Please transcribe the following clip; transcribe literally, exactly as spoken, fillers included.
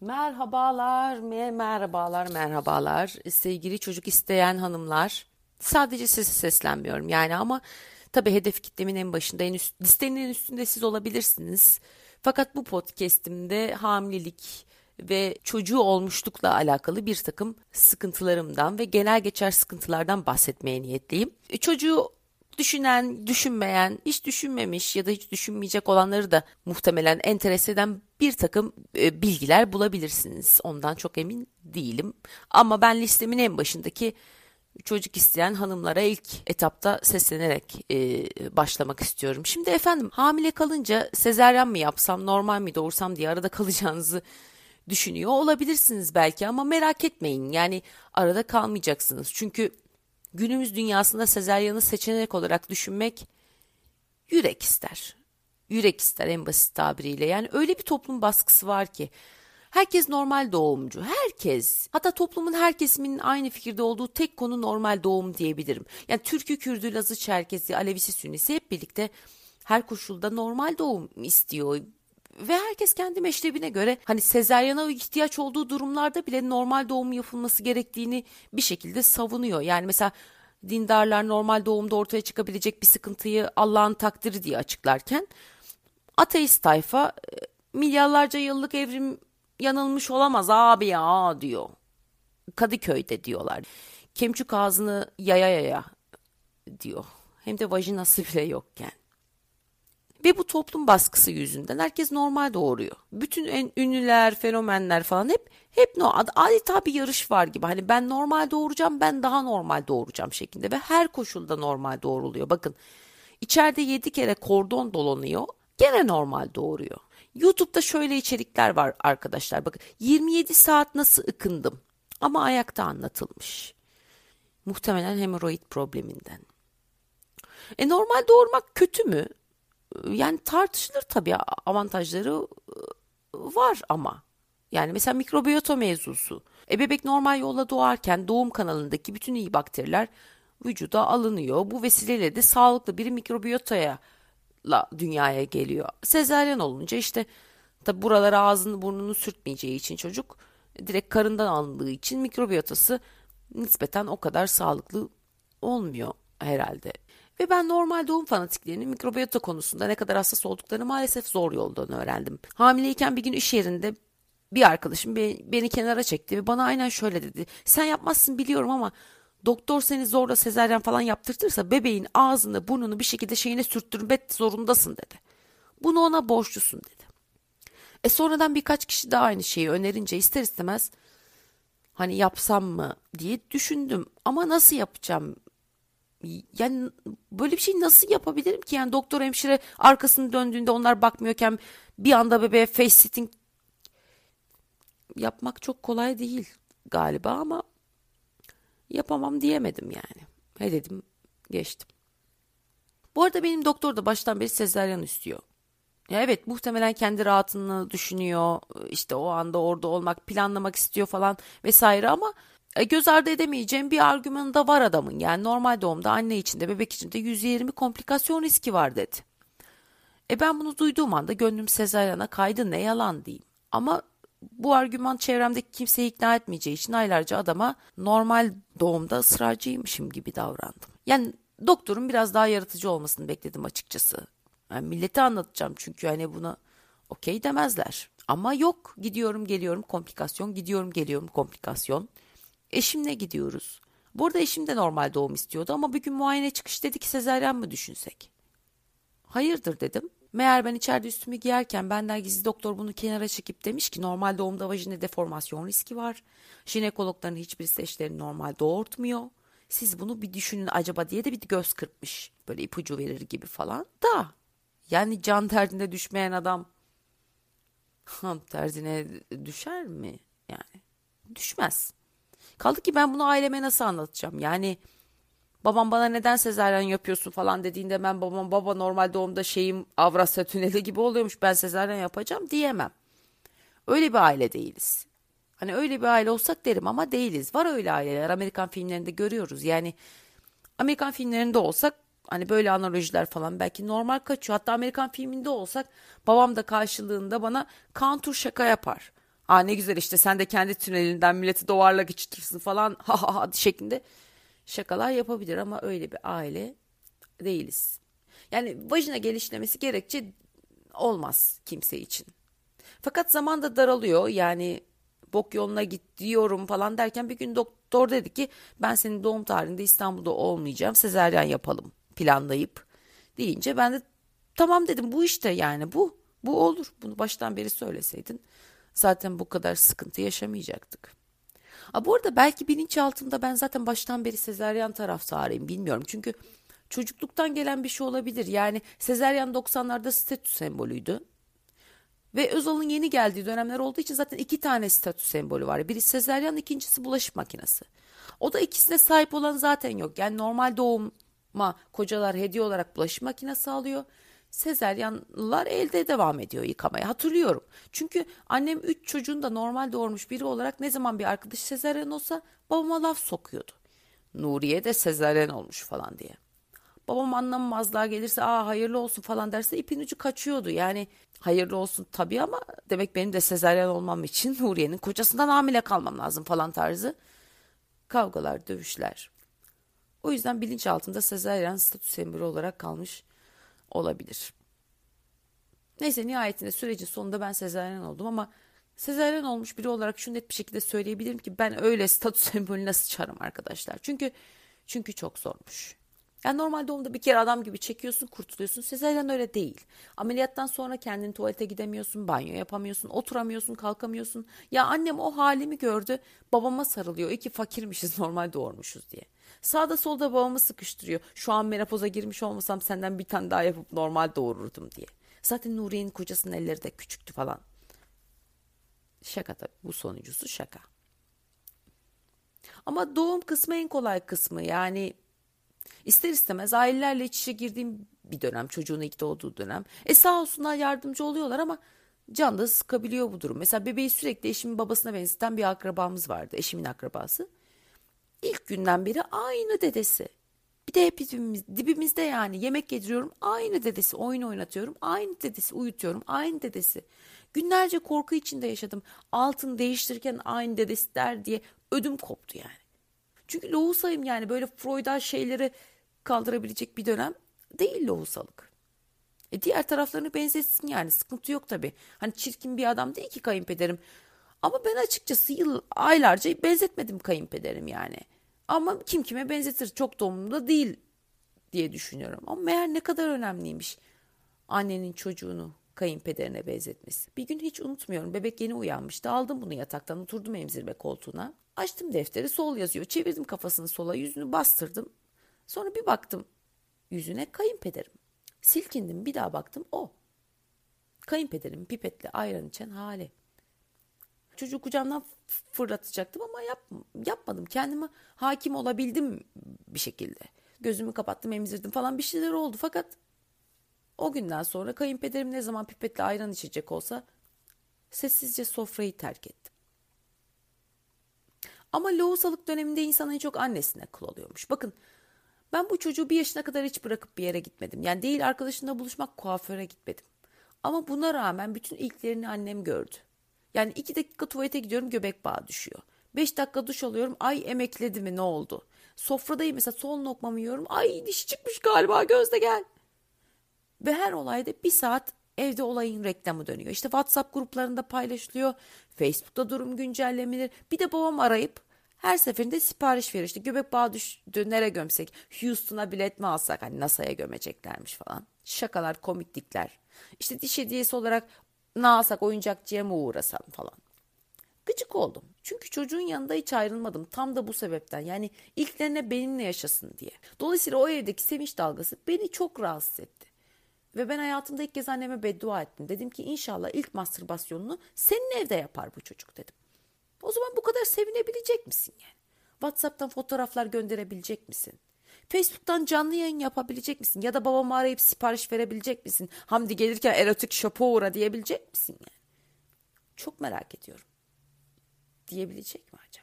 Merhabalar, me- merhabalar, merhabalar. Sevgili çocuk isteyen hanımlar. Sadece size seslenmiyorum yani ama tabii hedef kitlemin en başında, en üst, listenin en üstünde siz olabilirsiniz. Fakat bu podcast'imde hamilelik ve çocuğu olmuşlukla alakalı bir takım sıkıntılarımdan ve genel geçer sıkıntılardan bahsetmeye niyetliyim. E, Çocuğu düşünen, düşünmeyen, hiç düşünmemiş ya da hiç düşünmeyecek olanları da muhtemelen enterese eden bir takım e, bilgiler bulabilirsiniz. Ondan çok emin değilim. Ama ben listemin en başındaki çocuk isteyen hanımlara ilk etapta seslenerek e, başlamak istiyorum. Şimdi efendim hamile kalınca sezaryen mi yapsam, normal mi doğursam diye arada kalacağınızı düşünüyor olabilirsiniz belki ama merak etmeyin. Yani arada kalmayacaksınız. Çünkü günümüz dünyasında sezaryanı seçenek olarak düşünmek yürek ister. Yürek ister en basit tabiriyle. Yani öyle bir toplum baskısı var ki herkes normal doğumcu. Herkes. Hatta toplumun her kesiminin aynı fikirde olduğu tek konu normal doğum diyebilirim. Yani Türkü, Kürdü, Lazı, Çerkezi, Alevisi, Sünnisi hep birlikte her koşulda normal doğum istiyor. Ve herkes kendi meşrebine göre hani sezaryana ihtiyaç olduğu durumlarda bile normal doğum yapılması gerektiğini bir şekilde savunuyor. Yani mesela dindarlar normal doğumda ortaya çıkabilecek bir sıkıntıyı Allah'ın takdiri diye açıklarken ateist tayfa e, milyarlarca yıllık evrim yanılmış olamaz abi ya diyor. Kadıköy'de diyorlar. Kemçük ağzını yaya yaya diyor. Hem de vajinası bile yokken. Ve bu toplum baskısı yüzünden herkes normal doğuruyor. Bütün en ünlüler, fenomenler falan hep hep no adeta bir yarış var gibi. Hani ben normal doğuracağım, ben daha normal doğuracağım şeklinde ve her koşulda normal doğruluyor. Bakın içeride yedi kere kordon dolanıyor, gene normal doğuruyor. YouTube'da şöyle içerikler var arkadaşlar. Bakın yirmi yedi saat nasıl ıkındım ama ayakta anlatılmış. Muhtemelen hemoroid probleminden. E normal doğurmak kötü mü? Yani tartışılır tabii, avantajları var ama. Yani mesela mikrobiyota mevzusu. E bebek normal yolla doğarken doğum kanalındaki bütün iyi bakteriler vücuda alınıyor. Bu vesileyle de sağlıklı bir mikrobiyotaya la dünyaya geliyor. Sezaryen olunca işte tabi buralara ağzını burnunu sürtmeyeceği için çocuk direkt karından alındığı için mikrobiyotası nispeten o kadar sağlıklı olmuyor herhalde. Ve ben normal doğum fanatiklerinin mikrobiyota konusunda ne kadar hassas olduklarını maalesef zor yoldan öğrendim. Hamileyken bir gün iş yerinde bir arkadaşım beni kenara çekti ve bana aynen şöyle dedi. Sen yapmazsın biliyorum ama doktor seni zorla sezaryen falan yaptırtırsa bebeğin ağzını burnunu bir şekilde şeyine sürttürmek zorundasın dedi. Bunu ona borçlusun dedi. E sonradan birkaç kişi daha aynı şeyi önerince ister istemez hani yapsam mı diye düşündüm. Ama nasıl yapacağım? Yani böyle bir şey nasıl yapabilirim ki? Yani doktor hemşire arkasını döndüğünde onlar bakmıyorken bir anda bebeğe face sitting yapmak çok kolay değil galiba ama yapamam diyemedim yani. He dedim, geçtim. Bu arada benim doktor da baştan beri sezaryen istiyor. Ya evet, muhtemelen kendi rahatını düşünüyor, işte o anda orada olmak planlamak istiyor falan vesaire ama e, göz ardı edemeyeceğim bir argümanı da var adamın. Yani normal doğumda anne içinde bebek içinde yüzde yirmi komplikasyon riski var dedi. E ben bunu duyduğum anda gönlüm sezaryana kaydı, ne yalan diyeyim. Ama bu argüman çevremdeki kimseyi ikna etmeyeceği için aylarca adama normal doğumda ısrarcıymışım gibi davrandım. Yani doktorun biraz daha yaratıcı olmasını bekledim açıkçası. Yani millete anlatacağım çünkü hani buna okey demezler. Ama yok, gidiyorum geliyorum komplikasyon, gidiyorum geliyorum komplikasyon. Eşimle gidiyoruz. Burada eşim de normal doğum istiyordu ama bir gün muayene çıkış dedi ki sezaryen mi düşünsek? Hayırdır dedim. Meğer ben içeride üstümü giyerken benden gizli doktor bunu kenara çekip demiş ki normal doğumda vajine deformasyon riski var. Jinekologların hiçbirisi eşlerini normal doğurtmuyor. Siz bunu bir düşünün acaba diye de bir göz kırpmış. Böyle ipucu verir gibi falan da. Yani can derdine düşmeyen adam ham derdine düşer mi? Yani düşmez. Kaldı ki ben bunu aileme nasıl anlatacağım? Yani babam bana neden sezaryen yapıyorsun falan dediğinde ben babam baba normal doğumda şeyim Avrasya Tüneli gibi oluyormuş ben sezaryen yapacağım diyemem. Öyle bir aile değiliz. Hani öyle bir aile olsak derim ama değiliz. Var öyle aileler, Amerikan filmlerinde görüyoruz. Yani Amerikan filmlerinde olsak hani böyle analojiler falan belki normal kaçıyor. Hatta Amerikan filminde olsak babam da karşılığında bana counter şaka yapar. Aa ne güzel işte sen de kendi tünelinden milleti duvarla geçirtirsin falan ha ha ha şeklinde şakalar yapabilir ama öyle bir aile değiliz. Yani vajina genişlemesi gerekçe olmaz kimse için. Fakat zaman da daralıyor. Yani bok yoluna git diyorum falan derken bir gün doktor dedi ki ben senin doğum tarihinde İstanbul'da olmayacağım. Sezaryen yapalım planlayıp deyince ben de tamam dedim bu işte yani bu bu olur. Bunu baştan beri söyleseydin zaten bu kadar sıkıntı yaşamayacaktık. Ha, bu arada belki bilinçaltımda ben zaten baştan beri sezaryen taraftarıyım bilmiyorum. Çünkü çocukluktan gelen bir şey olabilir. Yani sezaryen doksanlarda statü sembolüydü. Ve Özal'ın yeni geldiği dönemler olduğu için zaten iki tane statü sembolü var. Biri sezaryen, ikincisi bulaşık makinesi. O da ikisine sahip olan zaten yok. Yani normal doğuma kocalar hediye olarak bulaşık makinesi alıyor. Sezaryenler elde devam ediyor yıkamaya. Hatırlıyorum. Çünkü annem üç çocuğun da normal doğurmuş biri olarak ne zaman bir arkadaş sezaryen olsa babama laf sokuyordu. Nuriye de sezaryen olmuş falan diye. Babam anlamamazlığa gelirse aa hayırlı olsun falan derse ipin ucu kaçıyordu. Yani hayırlı olsun tabii ama demek benim de sezaryen olmam için Nuriye'nin kocasından hamile kalmam lazım falan tarzı kavgalar, dövüşler. O yüzden bilinç altında sezaryen statü sembolü olarak kalmış olabilir. Neyse nihayetinde sürecin sonunda ben sezaryen oldum ama sezaryen olmuş biri olarak şunu net bir şekilde söyleyebilirim ki ben öyle statü sembolüne sıçarım arkadaşlar. Çünkü çünkü çok zormuş. Yani normal doğumda bir kere adam gibi çekiyorsun, kurtuluyorsun. Sezaryen öyle değil. Ameliyattan sonra kendini tuvalete gidemiyorsun, banyo yapamıyorsun, oturamıyorsun, kalkamıyorsun. Ya annem o halimi gördü, babama sarılıyor. İyi ki fakirmişiz, normal doğurmuşuz diye. Sağda solda babamı sıkıştırıyor. Şu an menopoza girmiş olmasam senden bir tane daha yapıp normal doğururdum diye. Zaten Nuriye'nin kocasının elleri de küçüktü falan. Şaka tabii, bu sonuncusu şaka. Ama doğum kısmı en kolay kısmı. Yani İster istemez ailelerle iç içe girdiğim bir dönem, çocuğun ilk doğduğu dönem. E sağ olsunlar yardımcı oluyorlar ama can da sıkabiliyor bu durum. Mesela bebeği sürekli eşimin babasına benzeten bir akrabamız vardı, eşimin akrabası. İlk günden beri aynı dedesi. Bir de hepimiz dibimizde yani yemek yediriyorum aynı dedesi, oyun oynatıyorum aynı dedesi, uyutuyorum aynı dedesi. Günlerce korku içinde yaşadım. Altın değiştirirken aynı dedesi der diye ödüm koptu yani. Çünkü loğusayım yani böyle Freudal şeyleri kaldırabilecek bir dönem değil lohusalık. E diğer taraflarını benzetsin yani sıkıntı yok tabii. Hani çirkin bir adam değil ki kayınpederim. Ama ben açıkçası yıl aylarca benzetmedim kayınpederim yani. Ama kim kime benzetir çok da umurumda değil diye düşünüyorum. Ama meğer ne kadar önemliymiş annenin çocuğunu kayınpederine benzetmesi. Bir gün hiç unutmuyorum bebek yeni uyanmıştı aldım bunu yataktan oturdum emzirme koltuğuna. Açtım defteri sol yazıyor çevirdim kafasını sola yüzünü bastırdım. Sonra bir baktım yüzüne kayınpederim. Silkindim bir daha baktım o. Kayınpederim pipetle ayran içen hali. Çocuğu kucağımdan fırlatacaktım ama yap, yapmadım. Kendime hakim olabildim bir şekilde. Gözümü kapattım emzirdim falan bir şeyler oldu. Fakat o günden sonra kayınpederim ne zaman pipetle ayran içecek olsa sessizce sofrayı terk ettim. Ama lohusalık döneminde insan en çok annesine kul oluyormuş. Bakın ben bu çocuğu bir yaşına kadar hiç bırakıp bir yere gitmedim. Yani değil arkadaşımla buluşmak kuaföre gitmedim. Ama buna rağmen bütün ilklerini annem gördü. Yani iki dakika tuvalete gidiyorum göbek bağı düşüyor. Beş dakika duş alıyorum ay emekledi mi ne oldu? Sofradayım mesela son lokmamı yiyorum ay dişi çıkmış galiba Gözde gel. Ve her olayda bir saat evde olayın reklamı dönüyor. İşte WhatsApp gruplarında paylaşılıyor. Facebook'ta durum güncellemeleri. Bir de babam arayıp her seferinde sipariş veriyor. İşte göbek bağı düştü nereye gömsek? Houston'a bilet mi alsak? Hani NASA'ya gömeceklermiş falan. Şakalar, komiklikler. İşte diş hediyesi olarak ne alsak oyuncakçıya mı uğrasam falan. Gıcık oldum. Çünkü çocuğun yanında hiç ayrılmadım. Tam da bu sebepten. Yani ilklerine benimle yaşasın diye. Dolayısıyla o evdeki sevinç dalgası beni çok rahatsız etti. Ve ben hayatımda ilk kez anneme beddua ettim. Dedim ki inşallah ilk mastürbasyonunu senin evde yapar bu çocuk dedim. O zaman bu kadar sevinebilecek misin yani? WhatsApp'tan fotoğraflar gönderebilecek misin? Facebook'tan canlı yayın yapabilecek misin? Ya da babamı arayıp sipariş verebilecek misin? Hamdi gelirken erotik shop'a uğra diyebilecek misin yani? Çok merak ediyorum. Diyebilecek mi acaba?